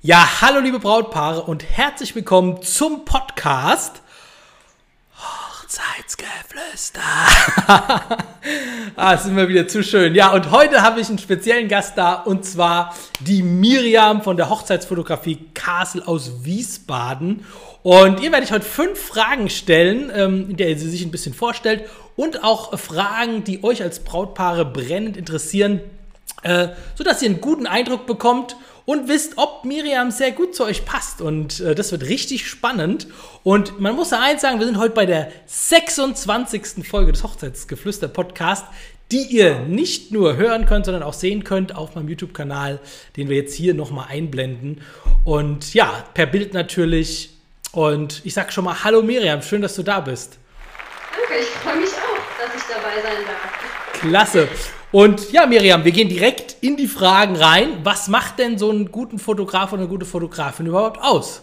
Ja, hallo liebe Brautpaare und herzlich willkommen zum Podcast Hochzeitsgeflüster. Das ist immer wieder zu schön. Ja, und heute habe ich einen speziellen Gast da und zwar die Miriam von der Hochzeitsfotografie Castle aus Wiesbaden. Und ihr werde ich heute 5 Fragen stellen, in der sie sich ein bisschen vorstellt und auch Fragen, die euch als Brautpaare brennend interessieren, sodass ihr einen guten Eindruck bekommt und wisst, ob Miriam sehr gut zu euch passt. Und das wird richtig spannend. Und man muss ja eins sagen, wir sind heute bei der 26. Folge des Hochzeitsgeflüster-Podcasts, die ihr nicht nur hören könnt, sondern auch sehen könnt auf meinem YouTube-Kanal, den wir jetzt hier nochmal einblenden. Und ja, per Bild natürlich. Und ich sag schon mal, hallo Miriam, schön, dass du da bist. Danke, ich freue mich auch, dass ich dabei sein darf. Klasse. Und ja, Miriam, wir gehen direkt in die Fragen rein. Was macht denn so einen guten Fotograf oder eine gute Fotografin überhaupt aus?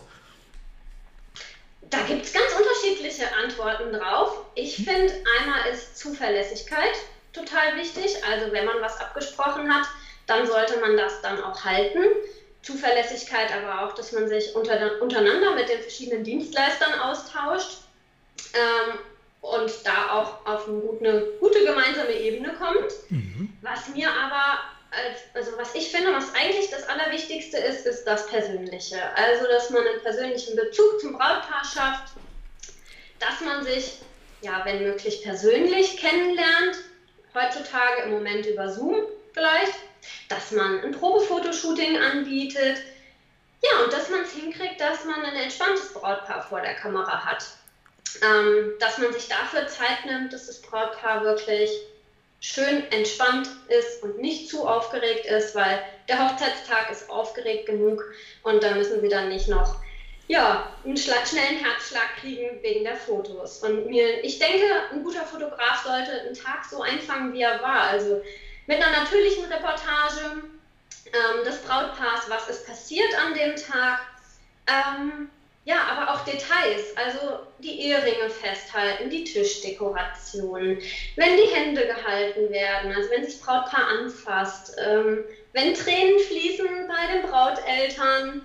Da gibt es ganz unterschiedliche Antworten drauf. Ich finde, einmal ist Zuverlässigkeit total wichtig. Also wenn man was abgesprochen hat, dann sollte man das dann auch halten. Zuverlässigkeit aber auch, dass man sich untereinander mit den verschiedenen Dienstleistern austauscht und da auch auf eine gute gemeinsame Ebene kommt. Was mir aber, was ich finde, was eigentlich das Allerwichtigste ist, ist das Persönliche. Also, dass man einen persönlichen Bezug zum Brautpaar schafft, dass man sich, ja, wenn möglich persönlich kennenlernt, heutzutage im Moment über Zoom vielleicht, dass man ein Probefotoshooting anbietet, ja, und dass man es hinkriegt, dass man ein entspanntes Brautpaar vor der Kamera hat. Dass man sich dafür Zeit nimmt, dass das Brautpaar wirklich schön entspannt ist und nicht zu aufgeregt ist, weil der Hochzeitstag ist aufgeregt genug und da müssen sie dann nicht noch einen schnellen Herzschlag kriegen wegen der Fotos. Und ich denke, ein guter Fotograf sollte einen Tag so einfangen, wie er war. Also mit einer natürlichen Reportage des Brautpaars, was ist passiert an dem Tag, aber auch Details, also die Eheringe festhalten, die Tischdekoration, wenn die Hände gehalten werden, also wenn sich das Brautpaar anfasst, wenn Tränen fließen bei den Brauteltern,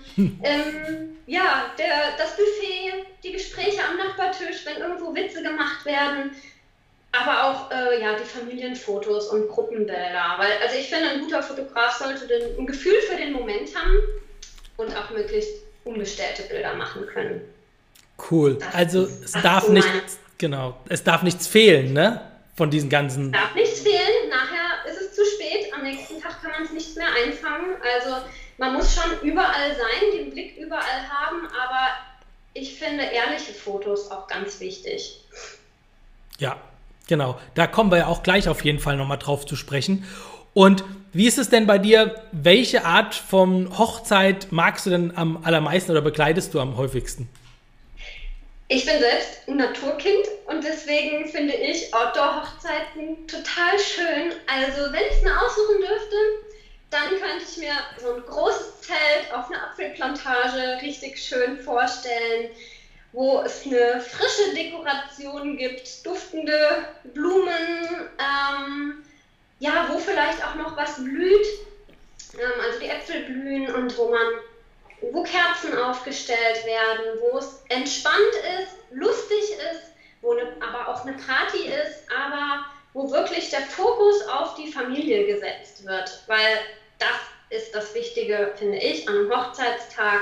das Buffet, die Gespräche am Nachbartisch, wenn irgendwo Witze gemacht werden, aber auch die Familienfotos und Gruppenbilder. Also ich finde, ein guter Fotograf sollte ein Gefühl für den Moment haben und auch möglichst umgestellte Bilder machen können. Cool. Also es darf nichts fehlen, ne? Von diesen ganzen... Es darf nichts fehlen. Nachher ist es zu spät. Am nächsten Tag kann man es nicht mehr einfangen. Also man muss schon überall sein, den Blick überall haben, aber ich finde ehrliche Fotos auch ganz wichtig. Ja, genau. Da kommen wir ja auch gleich auf jeden Fall nochmal drauf zu sprechen. Und wie ist es denn bei dir? Welche Art von Hochzeit magst du denn am allermeisten oder begleitest du am häufigsten? Ich bin selbst ein Naturkind und deswegen finde ich Outdoor-Hochzeiten total schön. Also wenn ich es mir aussuchen dürfte, dann könnte ich mir so ein großes Zelt auf einer Apfelplantage richtig schön vorstellen, wo es eine frische Dekoration gibt, duftende Blumen, wo vielleicht auch noch was blüht, also die Äpfel blühen und wo Kerzen aufgestellt werden, wo es entspannt ist, lustig ist, wo aber auch eine Party ist, aber wo wirklich der Fokus auf die Familie gesetzt wird, weil das ist das Wichtige, finde ich, an einem Hochzeitstag.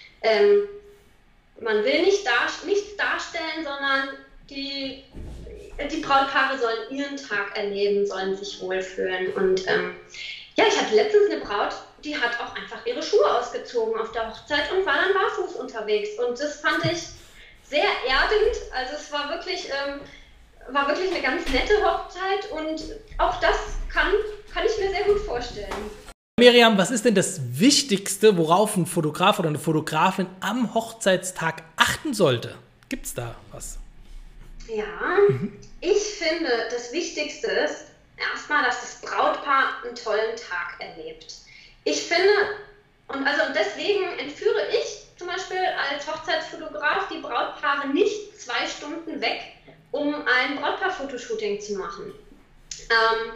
Man will nichts darstellen, sondern die Brautpaare sollen ihren Tag erleben, sollen sich wohlfühlen. Und ich hatte letztens eine Braut, die hat auch einfach ihre Schuhe ausgezogen auf der Hochzeit und war dann barfuß unterwegs. Und das fand ich sehr erdend. Also es war wirklich eine ganz nette Hochzeit und auch das kann ich mir sehr gut vorstellen. Miriam, was ist denn das Wichtigste, worauf ein Fotograf oder eine Fotografin am Hochzeitstag achten sollte? Gibt's da was? Ja, ich finde, das Wichtigste ist erstmal, dass das Brautpaar einen tollen Tag erlebt. Ich finde, und deswegen entführe ich zum Beispiel als Hochzeitsfotograf die Brautpaare nicht 2 Stunden weg, um ein Brautpaar-Fotoshooting zu machen.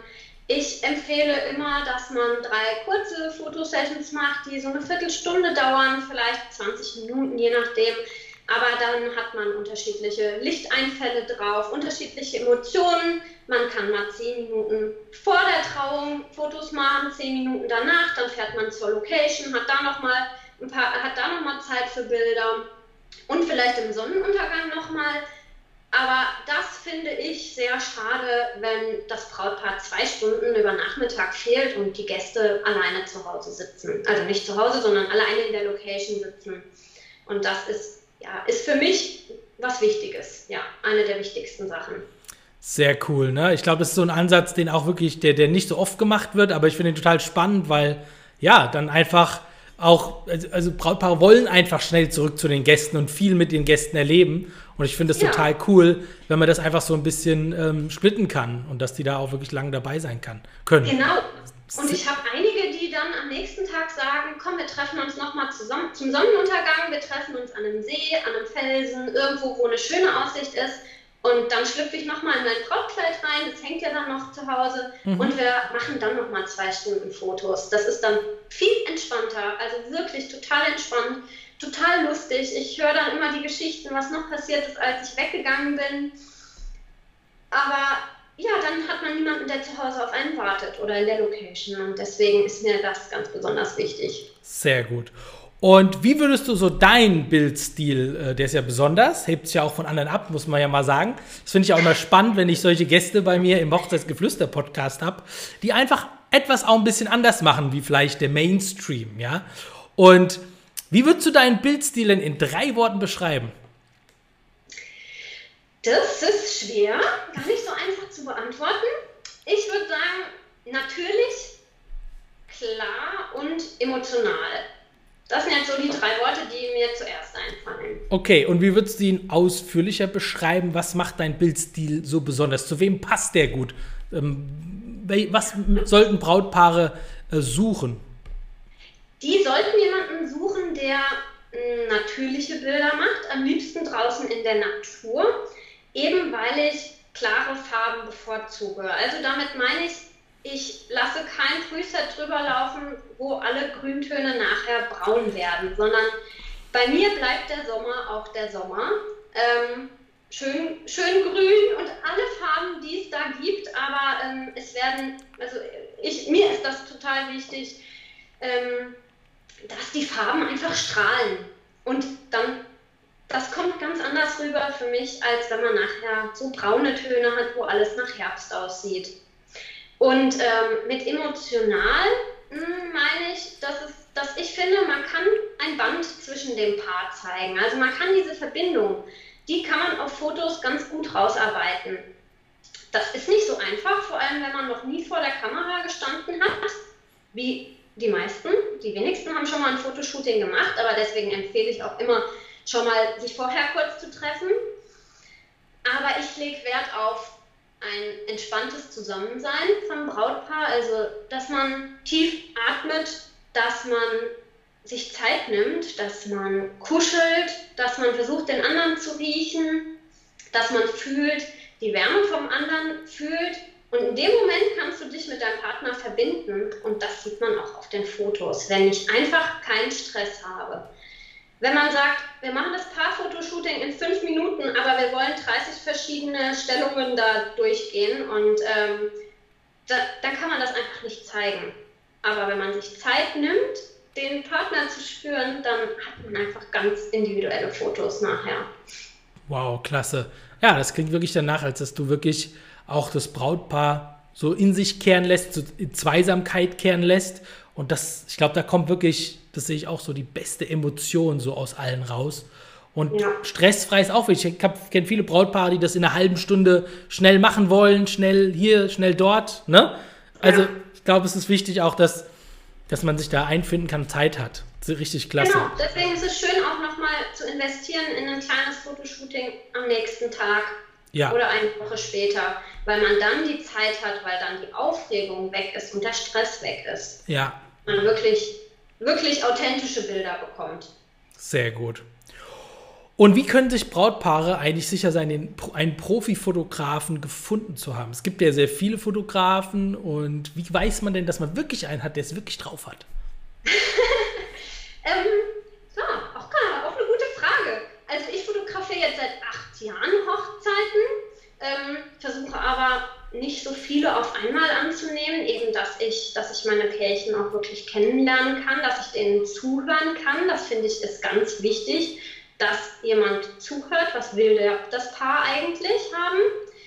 Ich empfehle immer, dass man 3 kurze Fotosessions macht, die so eine Viertelstunde dauern, vielleicht 20 Minuten, je nachdem. Aber dann hat man unterschiedliche Lichteinfälle drauf, unterschiedliche Emotionen. Man kann mal 10 Minuten vor der Trauung Fotos machen, 10 Minuten danach, dann fährt man zur Location, hat da nochmal Zeit für Bilder und vielleicht im Sonnenuntergang nochmal. Aber das finde ich sehr schade, wenn das Brautpaar 2 Stunden über Nachmittag fehlt und die Gäste alleine zu Hause sitzen. Also nicht zu Hause, sondern alleine in der Location sitzen. Und das ist für mich was Wichtiges. Ja, eine der wichtigsten Sachen. Sehr cool, ne? Ich glaube, das ist so ein Ansatz, den auch wirklich, der nicht so oft gemacht wird, aber ich finde ihn total spannend, weil ja, dann einfach auch, also Brautpaare wollen einfach schnell zurück zu den Gästen und viel mit den Gästen erleben. Und ich finde es total cool, wenn man das einfach so ein bisschen splitten kann und dass die da auch wirklich lange dabei sein können. Genau. Und ich habe einige, die dann am nächsten Tag sagen, komm, wir treffen uns nochmal zusammen zum Sonnenuntergang, wir treffen uns an einem See, an einem Felsen, irgendwo, wo eine schöne Aussicht ist. Und dann schlüpfe ich nochmal in mein Brautkleid rein, das hängt ja dann noch zu Hause. Und wir machen dann nochmal 2 Stunden Fotos. Das ist dann viel entspannter, also wirklich total entspannt, total lustig. Ich höre dann immer die Geschichten, was noch passiert ist, als ich weggegangen bin. Aber ja, dann hat man niemanden, der zu Hause auf einen wartet oder in der Location. Und deswegen ist mir das ganz besonders wichtig. Sehr gut. Und wie würdest du so deinen Bildstil, der ist ja besonders, hebt sich ja auch von anderen ab, muss man ja mal sagen. Das finde ich auch immer spannend, wenn ich solche Gäste bei mir im Hochzeitsgeflüster-Podcast habe, die einfach etwas auch ein bisschen anders machen, wie vielleicht der Mainstream, ja. Und wie würdest du deinen Bildstil denn in 3 Worten beschreiben? Das ist schwer, gar nicht so einfach zu beantworten. Ich würde sagen, natürlich, klar und emotional. Das sind jetzt so die 3 Worte, die mir zuerst einfallen. Okay, und wie würdest du ihn ausführlicher beschreiben? Was macht dein Bildstil so besonders? Zu wem passt der gut? Was sollten Brautpaare suchen? Die sollten jemanden suchen, der natürliche Bilder macht, am liebsten draußen in der Natur, eben weil ich klare Farben bevorzuge. Also damit meine ich lasse kein Preset drüber laufen, wo alle Grüntöne nachher braun werden, sondern bei mir bleibt der Sommer auch der Sommer. Schön grün und alle Farben, die es da gibt, aber mir ist das total wichtig, dass die Farben einfach strahlen. Und dann, das kommt ganz anders rüber für mich, als wenn man nachher so braune Töne hat, wo alles nach Herbst aussieht. Und mit emotional meine ich, dass ich finde, man kann ein Band zwischen dem Paar zeigen. Also man kann diese Verbindung, die kann man auf Fotos ganz gut rausarbeiten. Das ist nicht so einfach, vor allem wenn man noch nie vor der Kamera gestanden hat, wie die meisten. Die wenigsten haben schon mal ein Fotoshooting gemacht, aber deswegen empfehle ich auch immer, schon mal sich vorher kurz zu treffen. Aber ich lege Wert auf ein entspanntes Zusammensein vom Brautpaar, also dass man tief atmet, dass man sich Zeit nimmt, dass man kuschelt, dass man versucht, den anderen zu riechen, dass man fühlt, die Wärme vom anderen fühlt. Und in dem Moment kannst du dich mit deinem Partner verbinden und das sieht man auch auf den Fotos, wenn ich einfach keinen Stress habe. Wenn man sagt, wir machen das Paar-Fotoshooting in 5 Minuten, aber wir wollen 30 verschiedene Stellungen da durchgehen und dann kann man das einfach nicht zeigen. Aber wenn man sich Zeit nimmt, den Partner zu spüren, dann hat man einfach ganz individuelle Fotos nachher. Wow, klasse. Ja, das klingt wirklich danach, als dass du wirklich auch das Brautpaar so in sich kehren lässt, so in Zweisamkeit kehren lässt. Und das, ich glaube, da kommt wirklich, das sehe ich auch so, die beste Emotion so aus allen raus. Und stressfrei ist auch wichtig. Ich kenne viele Brautpaare, die das in einer halben Stunde schnell machen wollen, schnell hier, schnell dort. Ne? Also ich glaube, es ist wichtig auch, dass man sich da einfinden kann, Zeit hat. Das ist richtig klasse. Genau, deswegen ist es schön, auch nochmal zu investieren in ein kleines Fotoshooting am nächsten Tag oder eine Woche später, weil man dann die Zeit hat, weil dann die Aufregung weg ist und der Stress weg ist. Ja. Man wirklich, wirklich authentische Bilder bekommt. Sehr gut. Und wie können sich Brautpaare eigentlich sicher sein, einen Profifotografen gefunden zu haben? Es gibt ja sehr viele Fotografen und wie weiß man denn, dass man wirklich einen hat, der es wirklich drauf hat? Auch eine gute Frage. Also ich fotografiere jetzt seit 8 Jahren Hochzeiten, versuche aber nicht so viele auf einmal anzunehmen, eben dass ich meine Pärchen auch wirklich kennenlernen kann, dass ich denen zuhören kann. Das finde ich ist ganz wichtig, dass jemand zuhört, was will das Paar eigentlich haben.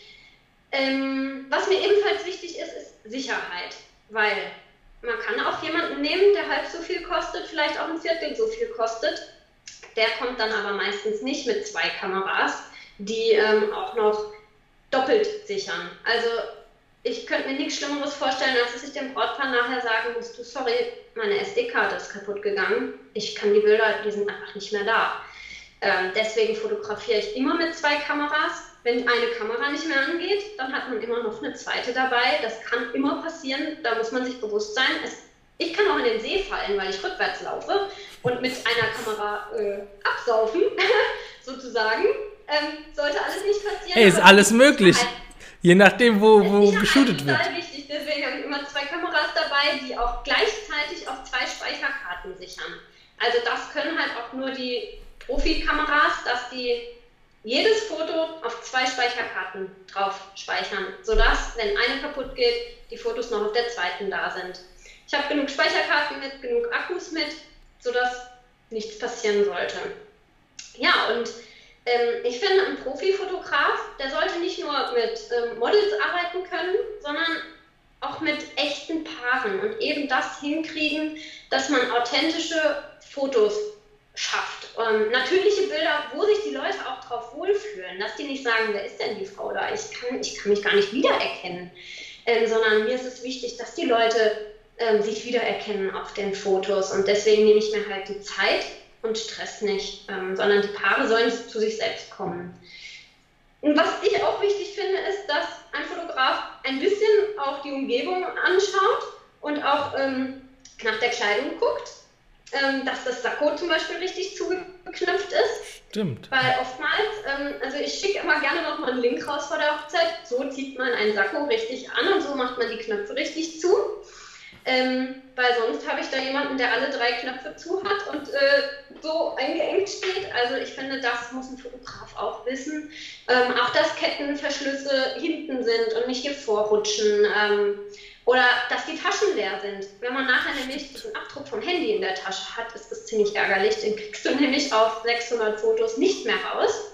Was mir ebenfalls wichtig ist Sicherheit, weil man kann auch jemanden nehmen, der halb so viel kostet, vielleicht auch ein Viertel so viel kostet. Der kommt dann aber meistens nicht mit 2 Kameras, die auch noch doppelt sichern. Also ich könnte mir nichts Schlimmeres vorstellen, als dass ich dem Brautpaar nachher sagen muss, du, sorry, meine SD-Karte ist kaputt gegangen. Ich kann die Bilder, die sind einfach nicht mehr da. Deswegen fotografiere ich immer mit 2 Kameras. Wenn eine Kamera nicht mehr angeht, dann hat man immer noch eine zweite dabei. Das kann immer passieren, da muss man sich bewusst sein. Ich kann auch in den See fallen, weil ich rückwärts laufe und mit einer Kamera absaufen, sozusagen. Sollte alles nicht passieren. Hey, ist alles möglich. Je nachdem, wo geshootet wird. Das ist total wichtig. Deswegen habe ich immer 2 Kameras dabei, die auch gleichzeitig auf 2 Speicherkarten sichern. Also das können halt auch nur die Profikameras, dass die jedes Foto auf 2 Speicherkarten drauf speichern, sodass, wenn eine kaputt geht, die Fotos noch auf der zweiten da sind. Ich habe genug Speicherkarten mit, genug Akkus mit, sodass nichts passieren sollte. Ja, und ich finde, ein Profifotograf, der sollte nicht nur mit Models arbeiten können, sondern auch mit echten Paaren und eben das hinkriegen, dass man authentische Fotos schafft. Natürliche Bilder, wo sich die Leute auch drauf wohlfühlen, dass die nicht sagen, wer ist denn die Frau da? Ich kann mich gar nicht wiedererkennen, sondern mir ist es wichtig, dass die Leute sich wiedererkennen auf den Fotos und deswegen nehme ich mir halt die Zeit und Stress nicht, sondern die Paare sollen zu sich selbst kommen. Und was ich auch wichtig finde, ist, dass ein Fotograf ein bisschen auch die Umgebung anschaut und auch nach der Kleidung guckt, dass das Sakko zum Beispiel richtig zugeknöpft ist. Stimmt. Weil oftmals, also ich schicke immer gerne nochmal einen Link raus vor der Hochzeit, so zieht man ein Sakko richtig an und so macht man die Knöpfe richtig zu. Weil sonst habe ich da jemanden, der alle 3 Knöpfe zu hat und so eingeengt steht. Also ich finde, das muss ein Fotograf auch wissen. Auch dass Kettenverschlüsse hinten sind und nicht hier vorrutschen. Oder dass die Taschen leer sind. Wenn man nachher nämlich diesen Abdruck vom Handy in der Tasche hat, ist das ziemlich ärgerlich. Den kriegst du nämlich auf 600 Fotos nicht mehr raus.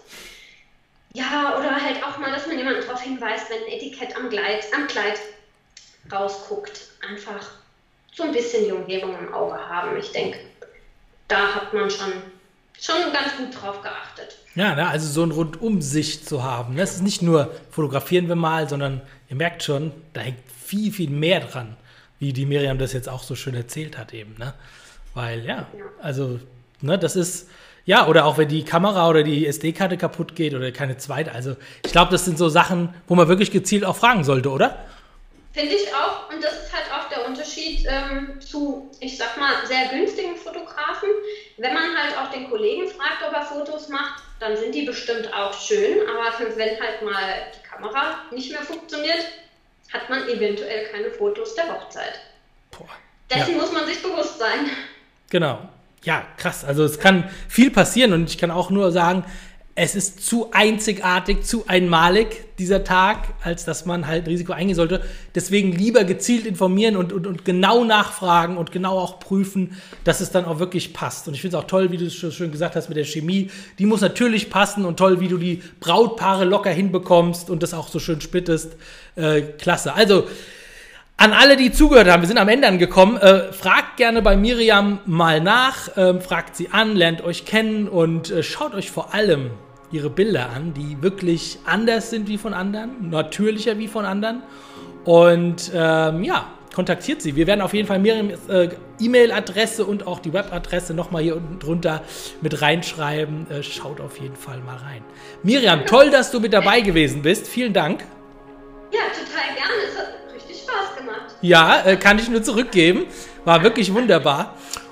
Ja, oder halt auch mal, dass man jemanden darauf hinweist, wenn ein Etikett am Kleid rausguckt. Einfach so ein bisschen die Umgebung im Auge haben. Ich denke, da hat man schon ganz gut drauf geachtet. Ja, ne, also so eine Rundumsicht zu haben. Das ist nicht nur fotografieren wir mal, sondern ihr merkt schon, da hängt viel, viel mehr dran, wie die Miriam das jetzt auch so schön erzählt hat eben. Ne? Weil, also, ne, das ist, ja, oder auch wenn die Kamera oder die SD-Karte kaputt geht oder keine zweite. Also ich glaube, das sind so Sachen, wo man wirklich gezielt auch fragen sollte, oder? Finde ich auch. Und das ist halt auch der Unterschied zu, ich sag mal, sehr günstigen Fotografen. Wenn man halt auch den Kollegen fragt, ob er Fotos macht, dann sind die bestimmt auch schön. Aber wenn halt mal die Kamera nicht mehr funktioniert, hat man eventuell keine Fotos der Hochzeit. Dessen muss man sich bewusst sein. Genau. Ja, krass. Also es kann viel passieren und ich kann auch nur sagen, es ist zu einzigartig, zu einmalig, dieser Tag, als dass man halt Risiko eingehen sollte. Deswegen lieber gezielt informieren und genau nachfragen und genau auch prüfen, dass es dann auch wirklich passt. Und ich finde es auch toll, wie du es schön gesagt hast mit der Chemie. Die muss natürlich passen und toll, wie du die Brautpaare locker hinbekommst und das auch so schön splittest. Klasse. Also, an alle, die zugehört haben, wir sind am Ende angekommen, fragt gerne bei Miriam mal nach, fragt sie an, lernt euch kennen und schaut euch vor allem ihre Bilder an, die wirklich anders sind wie von anderen, natürlicher wie von anderen und kontaktiert sie. Wir werden auf jeden Fall Miriams E-Mail-Adresse und auch die Webadresse nochmal hier unten drunter mit reinschreiben. Schaut auf jeden Fall mal rein. Miriam, toll, dass du mit dabei gewesen bist. Vielen Dank. Ja, total gerne. Es hat richtig Spaß gemacht. Ja, kann ich nur zurückgeben. War wirklich wunderbar.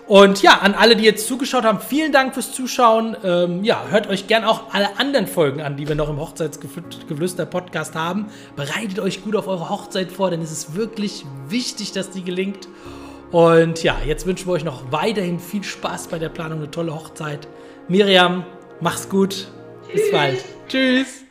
Und ja, an alle, die jetzt zugeschaut haben, vielen Dank fürs Zuschauen. Hört euch gern auch alle anderen Folgen an, die wir noch im Hochzeitsgeflüster-Podcast haben. Bereitet euch gut auf eure Hochzeit vor, denn es ist wirklich wichtig, dass die gelingt. Und ja, jetzt wünschen wir euch noch weiterhin viel Spaß bei der Planung, eine tolle Hochzeit. Miriam, mach's gut. Bis bald. Tschüss.